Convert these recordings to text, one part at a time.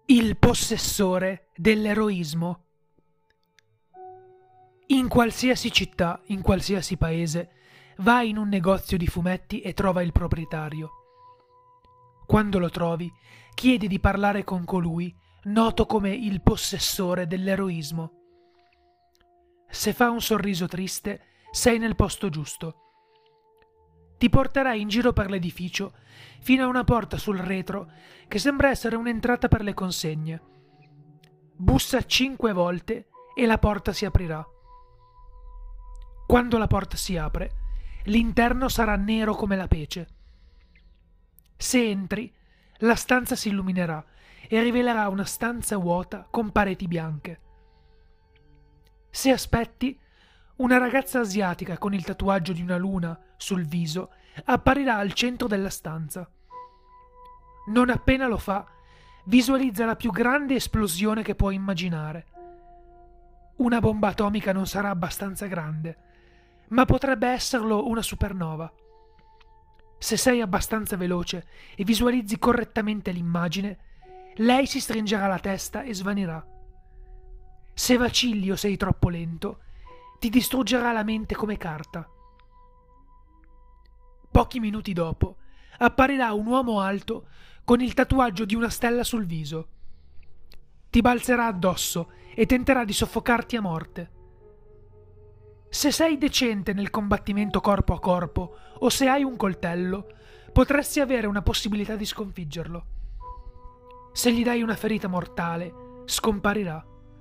Il possessore dell'eroismo. In qualsiasi città, in qualsiasi paese, vai in un negozio di fumetti e trova il proprietario. Quando lo trovi, chiedi di parlare con colui, noto come il possessore dell'eroismo. Se fa un sorriso triste, sei nel posto giusto. Ti porterà in giro per l'edificio fino a una porta sul retro che sembra essere un'entrata per le consegne. Bussa 5 volte e la porta si aprirà. Quando la porta si apre, l'interno sarà nero come la pece. Se entri, la stanza si illuminerà e rivelerà una stanza vuota con pareti bianche. Se aspetti, una ragazza asiatica con il tatuaggio di una luna sul viso apparirà al centro della stanza. Non appena lo fa, visualizza la più grande esplosione che puoi immaginare. Una bomba atomica non sarà abbastanza grande, ma potrebbe esserlo una supernova. Se sei abbastanza veloce e visualizzi correttamente l'immagine, lei si stringerà la testa e svanirà. Se vacilli o sei troppo lento, ti distruggerà la mente come carta. Pochi minuti dopo, apparirà un uomo alto con il tatuaggio di una stella sul viso. Ti balzerà addosso e tenterà di soffocarti a morte. Se sei decente nel combattimento corpo a corpo o se hai un coltello, potresti avere una possibilità di sconfiggerlo. Se gli dai una ferita mortale, scomparirà.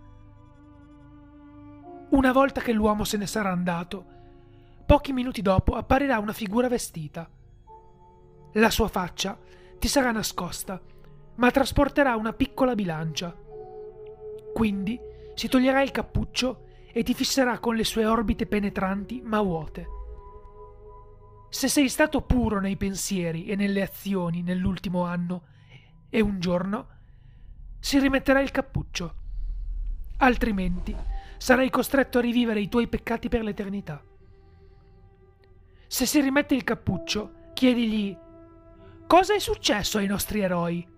Una volta che l'uomo se ne sarà andato, pochi minuti dopo apparirà una figura vestita. La sua faccia ti sarà nascosta, ma trasporterà una piccola bilancia. Quindi si toglierà il cappuccio e ti fisserà con le sue orbite penetranti ma vuote. Se sei stato puro nei pensieri e nelle azioni nell'ultimo anno e un giorno, si rimetterà il cappuccio. Altrimenti sarai costretto a rivivere i tuoi peccati per l'eternità. Se si rimette il cappuccio, chiedigli: cosa è successo ai nostri eroi?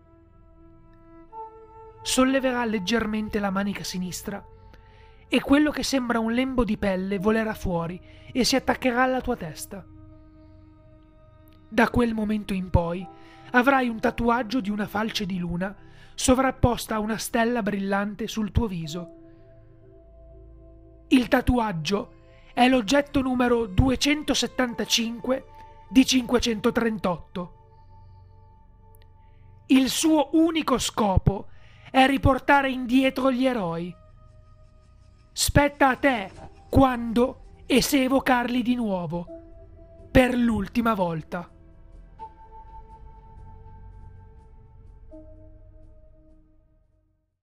Solleverà leggermente la manica sinistra e quello che sembra un lembo di pelle volerà fuori e si attaccherà alla tua testa. Da quel momento in poi avrai un tatuaggio di una falce di luna sovrapposta a una stella brillante sul tuo viso. Il tatuaggio è l'oggetto numero 275 di 538. Il suo unico scopo è riportare indietro gli eroi. Spetta a te quando e se evocarli di nuovo, per l'ultima volta.